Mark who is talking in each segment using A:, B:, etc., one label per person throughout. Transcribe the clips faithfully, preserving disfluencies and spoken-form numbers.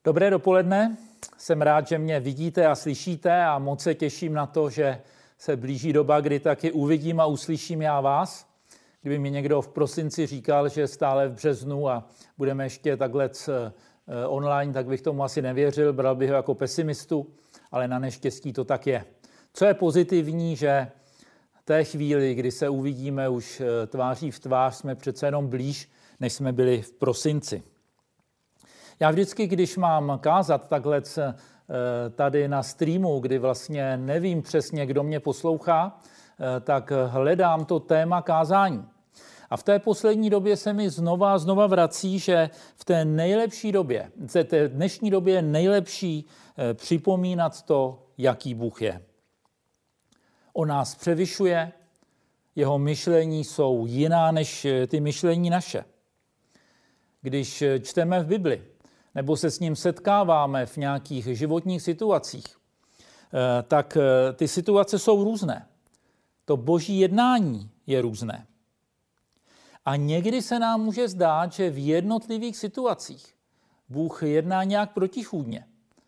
A: Dobré dopoledne, jsem rád, že mě vidíte a slyšíte a moc se těším na to, že se blíží doba, kdy taky uvidím a uslyším já vás. Kdyby mi někdo v prosinci říkal, že je stále v březnu a budeme ještě takhle online, tak bych tomu asi nevěřil, bral bych ho jako pesimistu, ale na neštěstí to tak je. Co je pozitivní, že v té chvíli, kdy se uvidíme už tváří v tvář, jsme přece jenom blíž, než jsme byli v prosinci. Já vždycky, když mám kázat takhle tady na streamu, kdy vlastně nevím přesně, kdo mě poslouchá, tak hledám to téma kázání. A v té poslední době se mi znova a znova vrací, že v té nejlepší době, v té dnešní době je nejlepší připomínat to, jaký Bůh je. On nás převyšuje, jeho myšlení jsou jiná než ty myšlení naše. Když čteme v Bibli, nebo se s ním setkáváme v nějakých životních situacích, tak ty situace jsou různé. To boží jednání je různé. A někdy se nám může zdát, že v jednotlivých situacích Bůh jedná nějak protichůdně.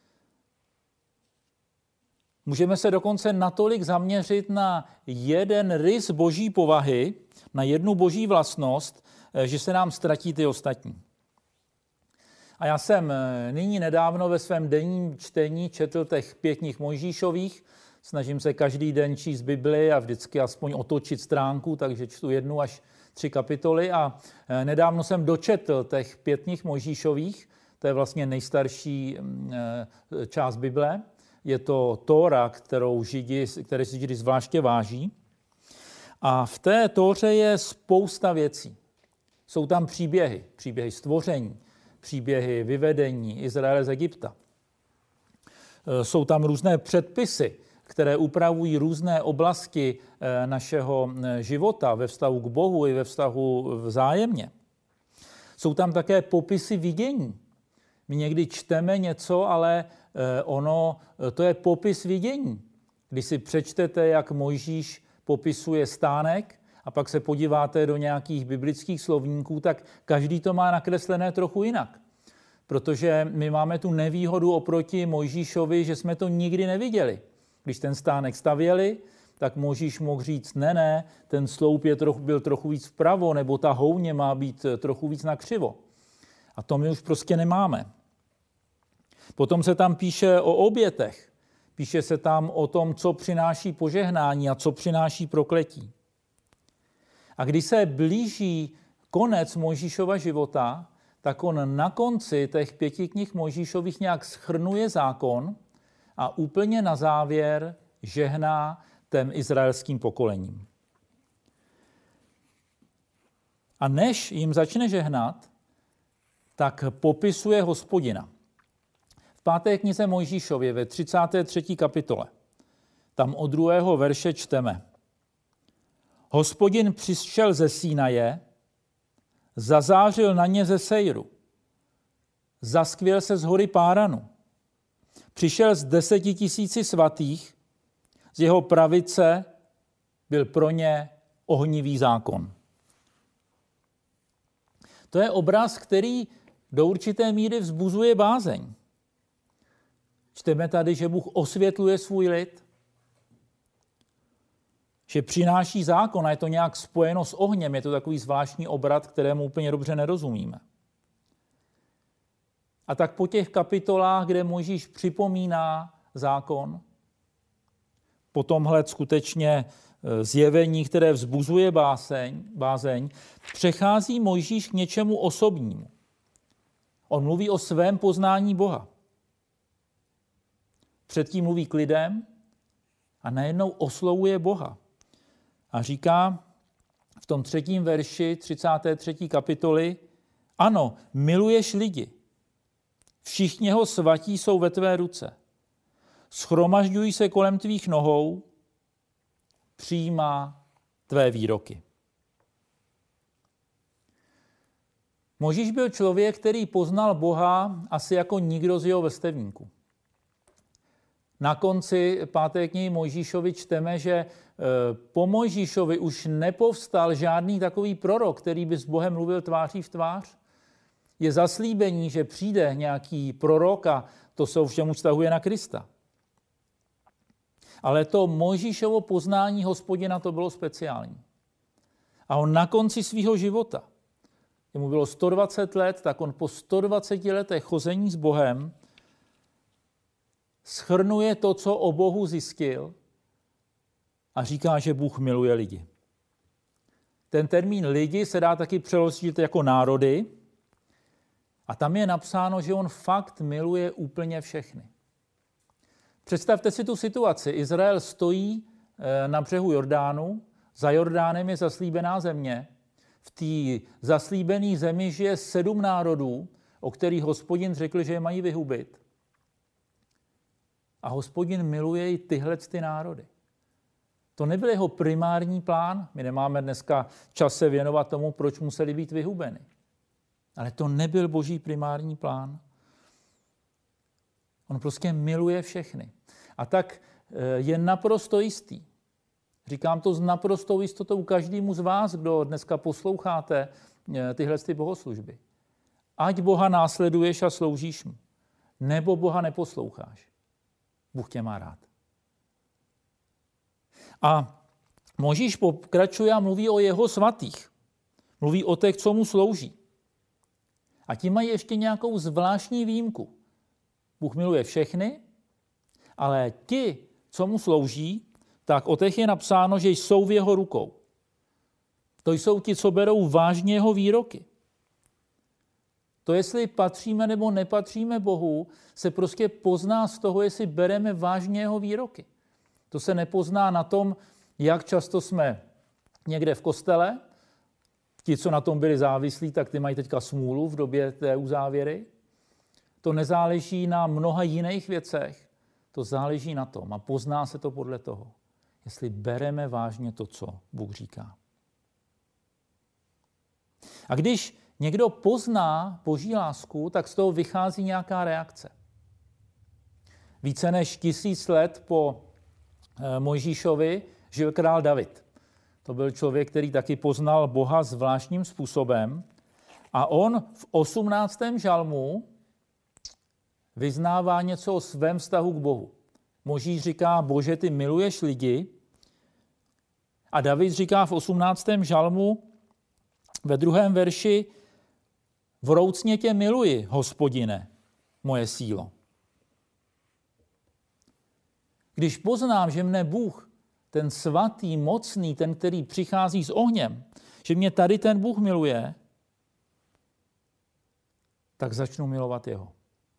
A: Můžeme se dokonce natolik zaměřit na jeden rys boží povahy, na jednu boží vlastnost, že se nám ztratí ty ostatní. A já jsem nyní nedávno ve svém denním čtení četl těch pět knih Mojžíšových. Snažím se každý den číst Bibli a vždycky aspoň otočit stránku, takže čtu jednu až tři kapitoly. A nedávno jsem dočetl těch pět knih Mojžíšových, to je vlastně nejstarší část Bible. Je to Tóra, kterou Židi, které si Židi zvláště váží. A v té Tóře je spousta věcí. Jsou tam příběhy, příběhy stvoření, příběhy vyvedení Izraele z Egypta. Jsou tam různé předpisy, které upravují různé oblasti našeho života ve vztahu k Bohu i ve vztahu vzájemně. Jsou tam také popisy vidění. My někdy čteme něco, ale ono, to je popis vidění. Když si přečtete, jak Mojžíš popisuje stánek, a pak se podíváte do nějakých biblických slovníků, tak každý to má nakreslené trochu jinak. Protože my máme tu nevýhodu oproti Mojžíšovi, že jsme to nikdy neviděli. Když ten stánek stavěli, tak Mojžíš mohl říct, ne, ne, ten sloup je trochu, byl trochu víc vpravo, nebo ta houně má být trochu víc nakřivo. A to my už prostě nemáme. Potom se tam píše o obětech. Píše se tam o tom, co přináší požehnání a co přináší prokletí. A když se blíží konec Mojžíšova života, tak on na konci těch pěti knih Mojžíšových nějak shrnuje zákon a úplně na závěr žehná těm izraelským pokolením. A než jim začne žehnat, tak popisuje Hospodina. V páté knize Mojžíšově ve třicáté třetí kapitole, tam od druhého verše čteme. Hospodin přišel ze Sínaje, zazářil na ně ze Sejru, zaskvěl se z hory Páranu, přišel z deseti tisíci svatých, z jeho pravice byl pro ně ohnivý zákon. To je obraz, který do určité míry vzbuzuje bázeň. Čteme tady, že Bůh osvětluje svůj lid, že přináší zákon a je to nějak spojeno s ohněm. Je to takový zvláštní obrat, kterému úplně dobře nerozumíme. A tak po těch kapitolách, kde Mojžíš připomíná zákon, po tomhle skutečně zjevení, které vzbuzuje báseň, bázeň, přechází Mojžíš k něčemu osobnímu. On mluví o svém poznání Boha. Předtím mluví k lidem a najednou oslovuje Boha. A říká v tom třetím verši třicáté třetí kapitoly, ano, miluješ lidi. Všichni jeho svatí jsou ve tvé ruce. Shromažďují se kolem tvých nohou, přijímá tvé výroky. Mojžíš byl člověk, který poznal Boha asi jako nikdo z jeho vrstevníků. Na konci páté knihy Mojžíšovi čteme, že po Mojžíšovi už nepovstal žádný takový prorok, který by s Bohem mluvil tváří v tvář. je zaslíbení, že přijde nějaký prorok a to se ovšem vztahuje na Krista. Ale to Mojžíšovo poznání Hospodina to bylo speciální. A on na konci svého života, jemu bylo sto dvacet let, tak on po sto dvaceti letech chození s Bohem shrnuje to, co o Bohu zjistil a říká, že Bůh miluje lidi. Ten termín lidi se dá taky přeložit jako národy a tam je napsáno, že on fakt miluje úplně všechny. Představte si tu situaci. Izrael stojí na břehu Jordánu, za Jordánem je zaslíbená země. V té zaslíbené zemi žije sedm národů, o kterých Hospodin řekl, že je mají vyhubit. A Hospodin miluje i tyhle ty národy. To nebyl jeho primární plán. My nemáme dneska čas se věnovat tomu, proč museli být vyhubeny. Ale to nebyl Boží primární plán. On prostě miluje všechny. A tak je naprosto jistý. Říkám to s naprostou jistotou každému z vás, kdo dneska posloucháte tyhle ty bohoslužby. Ať Boha následuješ a sloužíš mu, nebo Boha neposloucháš. Bůh tě má rád. A Mojžíš pokračuje a mluví o jeho svatých. Mluví o těch, co mu slouží. A ti mají ještě nějakou zvláštní výjimku. Bůh miluje všechny, ale ti, co mu slouží, tak o těch je napsáno, že jsou v jeho rukou. To jsou ti, co berou vážně jeho výroky. To, jestli patříme nebo nepatříme Bohu, se prostě pozná z toho, jestli bereme vážně jeho výroky. To se nepozná na tom, jak často jsme někde v kostele. Ti, co na tom byli závislí, tak ty mají teďka smůlu v době té uzávěry. To nezáleží na mnoha jiných věcech. To záleží na tom a pozná se to podle toho, jestli bereme vážně to, co Bůh říká. A když někdo pozná Boží lásku, tak z toho vychází nějaká reakce. Více než tisíc let po Mojžíšovi žil král David. To byl člověk, který taky poznal Boha zvláštním způsobem. A on v osmnáctém žalmu vyznává něco o svém vztahu k Bohu. Mojžíš říká, Bože, ty miluješ lidi. A David říká v osmnáctém žalmu ve druhém verši, vroucně tě miluji, Hospodine, moje sílo. Když poznám, že mne Bůh, ten svatý, mocný, ten, který přichází s ohněm, že mě tady ten Bůh miluje, tak začnu milovat jeho.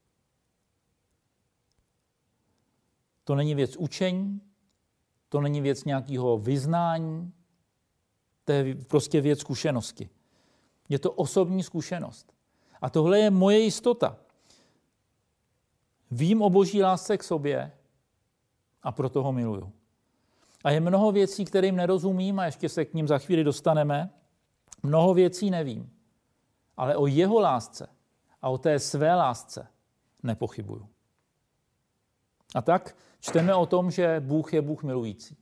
A: To není věc učení, to není věc nějakého vyznání, to je prostě věc zkušenosti. Je to osobní zkušenost. A tohle je moje jistota. Vím o Boží lásce k sobě a proto ho miluju. A je mnoho věcí, kterým nerozumím a ještě se k ním za chvíli dostaneme. Mnoho věcí nevím. Ale o jeho lásce a o té své lásce nepochybuju. A tak čteme o tom, že Bůh je Bůh milující.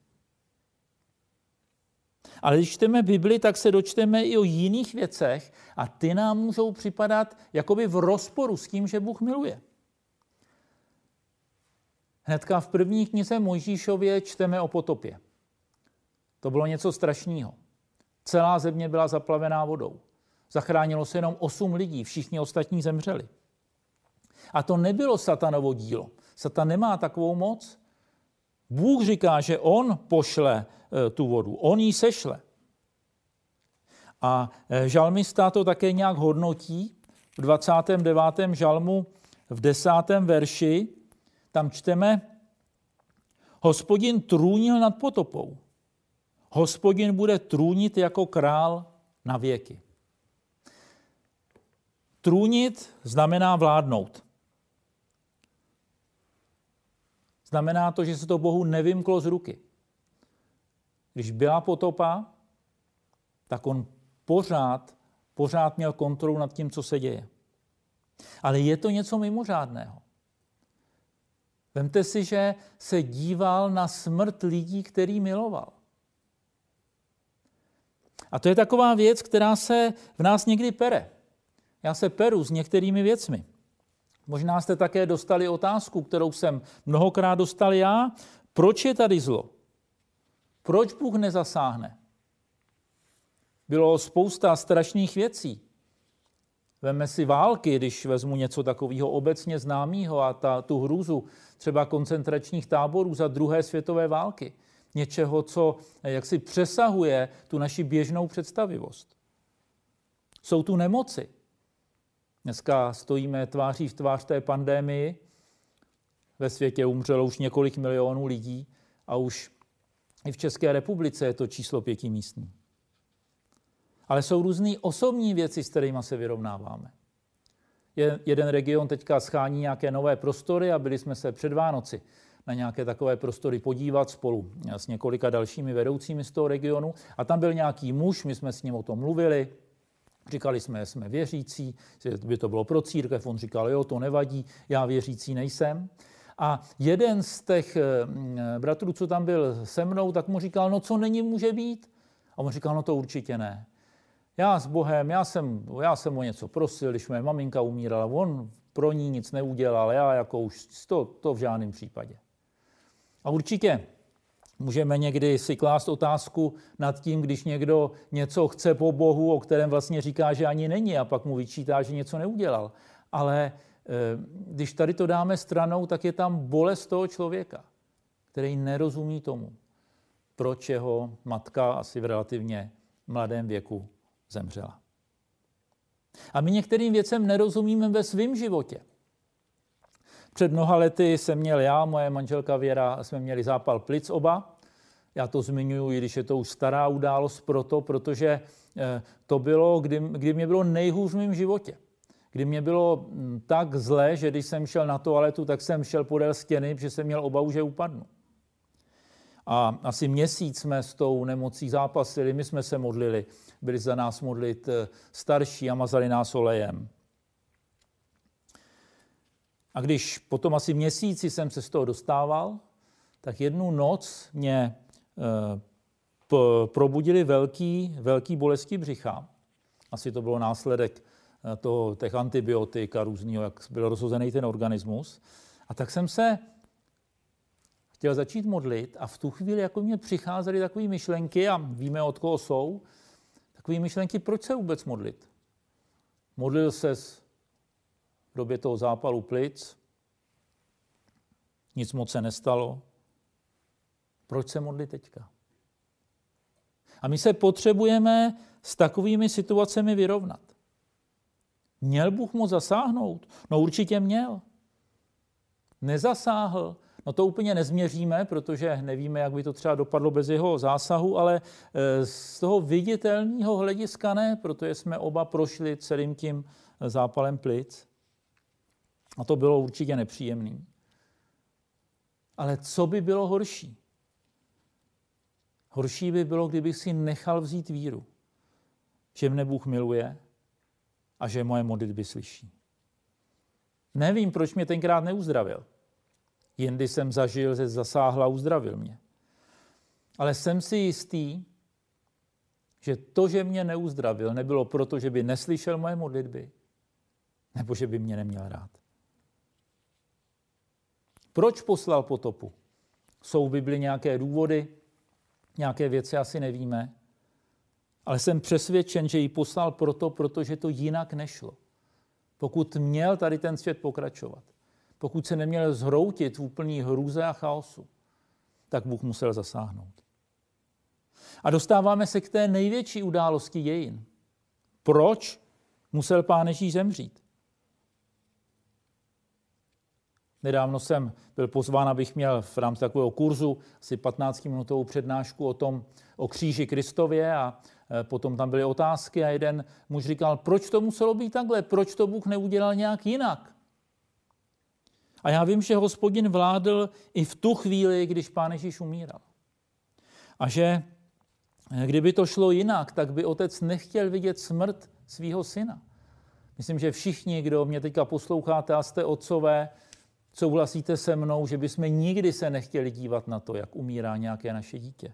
A: Ale když čteme Bibli, tak se dočteme i o jiných věcech a ty nám můžou připadat jakoby v rozporu s tím, že Bůh miluje. Hnedka v první knize Mojžíšově čteme o potopě. To bylo něco strašného. Celá země byla zaplavená vodou. Zachránilo se jenom osm lidí, všichni ostatní zemřeli. A to nebylo satanovo dílo. Satan nemá takovou moc. Bůh říká, že on pošle tu vodu, on ji sešle. A žalmista to také nějak hodnotí. V dvacátém devátém žalmu v desátém verši tam čteme, Hospodin trůnil nad potopou. Hospodin bude trůnit jako král na věky. Trůnit znamená vládnout. Znamená to, že se to Bohu nevymklo z ruky. Když byla potopa, tak on pořád, pořád měl kontrolu nad tím, co se děje. Ale je to něco mimořádného. Vemte si, že se díval na smrt lidí, který miloval. A to je taková věc, která se v nás někdy pere. Já se peru s některými věcmi. Možná jste také dostali otázku, kterou jsem mnohokrát dostal já. Proč je tady zlo? Proč Bůh nezasáhne? Bylo spousta strašných věcí. Vemme si války, když vezmu něco takového obecně známého a ta, tu hrůzu třeba koncentračních táborů za druhé světové války. Něčeho, co jaksi přesahuje tu naši běžnou představivost. Jsou tu nemoci. Dneska stojíme tváří v tvář té pandémii. Ve světě umřelo už několik milionů lidí a už i v České republice je to číslo pětimístní. Ale jsou různé osobní věci, s kterými se vyrovnáváme. Je, jeden region teďka schání nějaké nové prostory a byli jsme se před Vánoci na nějaké takové prostory podívat spolu s několika dalšími vedoucími z toho regionu. A tam byl nějaký muž, my jsme s ním o tom mluvili, říkali jsme, že jsme věřící, že by to bylo pro církev, on říkal, jo, to nevadí, já věřící nejsem. A jeden z těch bratrů, co tam byl se mnou, tak mu říkal, no co není, může být? A on říkal, no to určitě ne. Já s Bohem, já jsem, já jsem o něco prosil, když moje maminka umírala, on pro ní nic neudělal, já jako už to, to v žádném případě. A určitě můžeme někdy si klást otázku nad tím, když někdo něco chce po Bohu, o kterém vlastně říká, že ani není a pak mu vyčítá, že něco neudělal. Ale když tady to dáme stranou, tak je tam bolest toho člověka, který nerozumí tomu, proč jeho matka asi v relativně mladém věku zemřela. A my některým věcem nerozumíme ve svém životě. Před mnoha lety jsem měl já, moje manželka Věra, jsme měli zápal plic oba. Já to zmiňuji, i když je to už stará událost proto, protože to bylo, kdy, kdy mě bylo nejhůř v mém životě. Kdy mě bylo tak zlé, že když jsem šel na toaletu, tak jsem šel podél stěny, protože jsem měl obavu, že upadnu. A asi měsíc jsme s tou nemocí zápasili, my jsme se modlili, byli za nás modlit starší a mazali nás olejem. A když potom asi měsíci jsem se z toho dostával, tak jednu noc mě probudili velký, velký bolesti břicha. Asi to bylo následek toho, těch antibiotik a různýho, jak byl rozhozený ten organismus. A tak jsem se chtěl začít modlit a v tu chvíli jako mě přicházely takové myšlenky, a víme, od koho jsou, takové myšlenky, proč se vůbec modlit. Modlil ses v době toho zápalu plic, nic moc se nestalo. Proč se modlit teďka? A my se potřebujeme s takovými situacemi vyrovnat. Měl Bůh moc zasáhnout? No určitě měl. Nezasáhl? No to úplně nezměříme, protože nevíme, jak by to třeba dopadlo bez jeho zásahu, ale z toho viditelného hlediska ne, protože jsme oba prošli celým tím zápalem plic. A to bylo určitě nepříjemné. Ale co by bylo horší? Horší by bylo, kdybych si nechal vzít víru, že mne Bůh miluje a že moje modlitby slyší. Nevím, proč mě tenkrát neuzdravil. Jindy jsem zažil, že zasáhl a uzdravil mě. Ale jsem si jistý, že to, že mě neuzdravil, nebylo proto, že by neslyšel moje modlitby, nebo že by mě neměl rád. Proč poslal potopu? Jsou v Bibli nějaké důvody, nějaké věci asi nevíme, ale jsem přesvědčen, že ji poslal proto, protože to jinak nešlo. Pokud měl tady ten svět pokračovat, pokud se neměl zhroutit v úplný hrůze a chaosu, tak Bůh musel zasáhnout. A dostáváme se k té největší události dějin. Proč musel Pán Ježíš zemřít? Nedávno jsem byl pozván, abych měl v rámci takového kurzu asi patnáctiminutovou přednášku o tom, o kříži Kristově, a potom tam byly otázky a jeden muž říkal, proč to muselo být takhle, proč to Bůh neudělal nějak jinak. A já vím, že Hospodin vládl i v tu chvíli, když Pán Ježíš umíral. A že kdyby to šlo jinak, tak by otec nechtěl vidět smrt svého syna. Myslím, že všichni, kdo mě teďka posloucháte a jste otcové, souhlasíte se mnou, že bychom nikdy se nechtěli dívat na to, jak umírá nějaké naše dítě.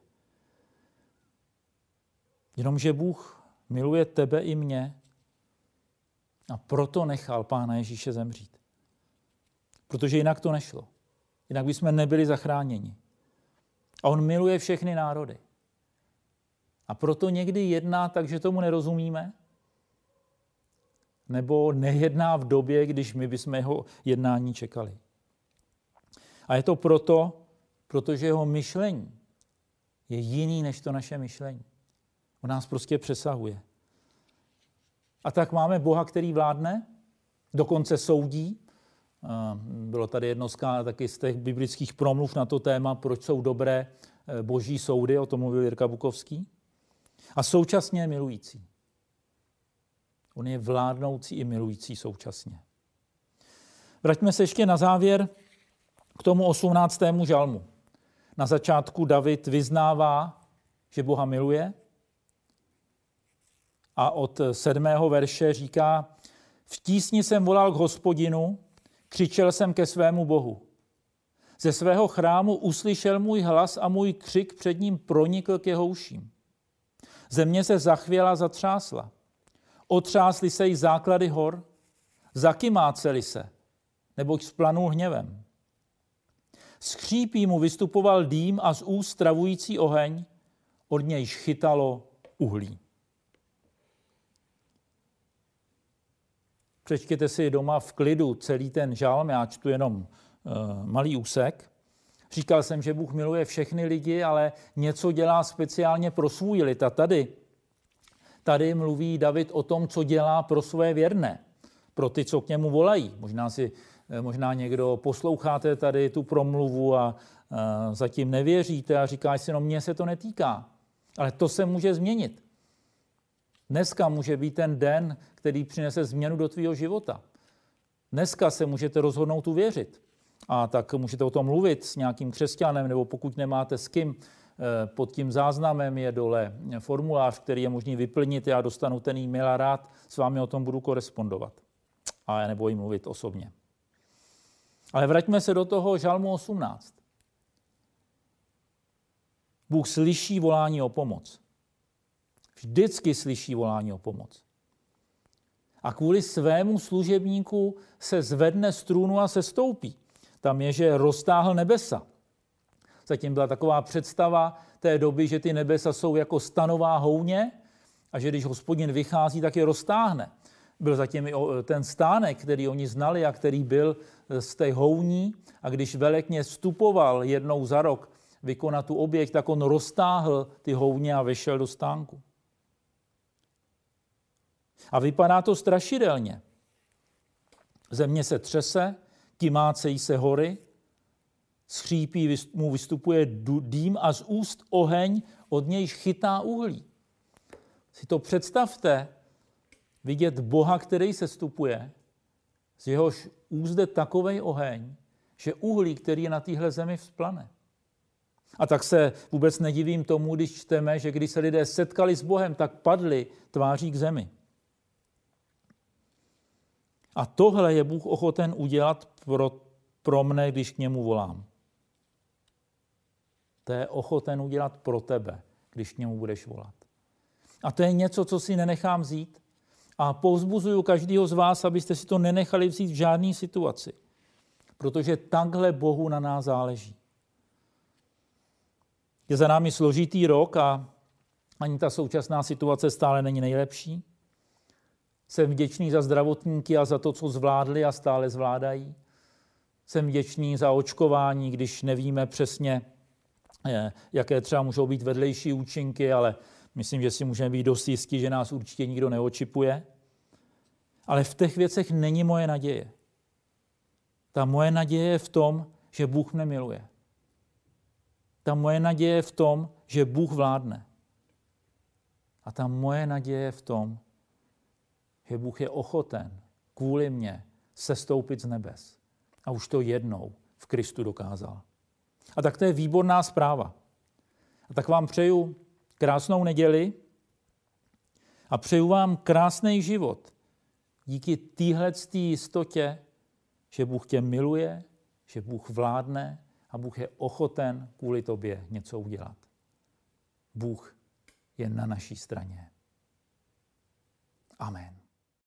A: Jenomže Bůh miluje tebe i mě A proto nechal Pána Ježíše zemřít. Protože jinak to nešlo. Jinak bychom nebyli zachráněni. A on miluje všechny národy. A proto někdy jedná tak, že tomu nerozumíme, nebo nejedná v době, když my bychom jeho jednání čekali. A je to proto, protože jeho myšlení je jiný než to naše myšlení. On nás prostě přesahuje. A tak máme Boha, který vládne, dokonce soudí. Bylo tady jedno z, taky z těch biblických promluv na to téma, proč jsou dobré boží soudy, o tom mluvil Jirka Bukovský. A současně je milující. On je vládnoucí i milující současně. Vraťme se ještě na závěr k tomu osmnáctému žalmu. Na začátku David vyznává, že Boha miluje, a od sedmého verše říká: v tísni jsem volal k Hospodinu, křičel jsem ke svému Bohu. Ze svého chrámu uslyšel můj hlas a můj křik před ním pronikl k jeho uším. Země se zachvěla, zatřásla. Otřásly se jí základy hor, zakymácely se, neboť splanul hněvem. Z chřípí mu vystupoval dým a z úst travující oheň, od nějž chytalo uhlí. Přečtěte si doma v klidu celý ten žalm, já čtu jenom uh, malý úsek. Říkal jsem, že Bůh miluje všechny lidi, ale něco dělá speciálně pro svůj lid. A tady, tady mluví David o tom, co dělá pro své věrné, pro ty, co k němu volají. Možná, si, možná někdo posloucháte tady tu promluvu a uh, zatím nevěříte a říkáš si, no mně se to netýká. Ale to se může změnit. Dneska může být ten den, který přinese změnu do tvýho života. Dneska se můžete rozhodnout uvěřit. A tak můžete o tom mluvit s nějakým křesťanem, nebo pokud nemáte s kým, pod tím záznamem je dole formulář, který je možný vyplnit. Já dostanu ten e-mail a rád s vámi o tom budu korespondovat. A já nebojím mluvit osobně. Ale vraťme se do toho žalmu osmnáct. Bůh slyší volání o pomoc. Vždycky slyší volání o pomoc. A kvůli svému služebníku se zvedne z trůnu a se stoupí. Tam je, že roztáhl nebesa. Zatím byla taková představa té doby, že ty nebesa jsou jako stanová houně a že když Hospodin vychází, tak je roztáhne. Byl zatím i ten stánek, který oni znali a který byl z té houní, a když velekněz vstupoval jednou za rok vykonat tu oběť, tak on roztáhl ty houně a vešel do stánku. A vypadá to strašidelně. Země se třese, kymácejí se hory, z chřípí mu vystupuje dým a z úst oheň, od nějž chytá uhlí. Si to představte, vidět Boha, který se stupuje, z jehož úst jde takovej oheň, že uhlí, který je na téhle zemi, vzplane. A tak se vůbec nedivím tomu, když čteme, že když se lidé setkali s Bohem, tak padli tváří k zemi. A tohle je Bůh ochoten udělat pro, pro mne, když k němu volám. To je ochoten udělat pro tebe, když k němu budeš volat. A to je něco, co si nenechám vzít. A povzbuzuju každého z vás, abyste si to nenechali vzít v žádné situaci. Protože takhle Bohu na nás záleží. Je za námi složitý rok a ani ta současná situace stále není nejlepší. Jsem vděčný za zdravotníky a za to, co zvládli a stále zvládají. Jsem vděčný za očkování, když nevíme přesně, jaké třeba můžou být vedlejší účinky, ale myslím, že si můžeme být dost jistí, že nás určitě nikdo neočipuje. Ale v těch věcech není moje naděje. Ta moje naděje je v tom, že Bůh mne miluje. Ta moje naděje je v tom, že Bůh vládne. A ta moje naděje je v tom, že Bůh je ochoten kvůli mně sestoupit z nebes. A už to jednou v Kristu dokázal. A tak to je výborná zpráva. A tak vám přeju krásnou neděli a přeju vám krásný život díky téhletý jistotě, že Bůh tě miluje, že Bůh vládne a Bůh je ochoten kvůli tobě něco udělat. Bůh je na naší straně. Amen.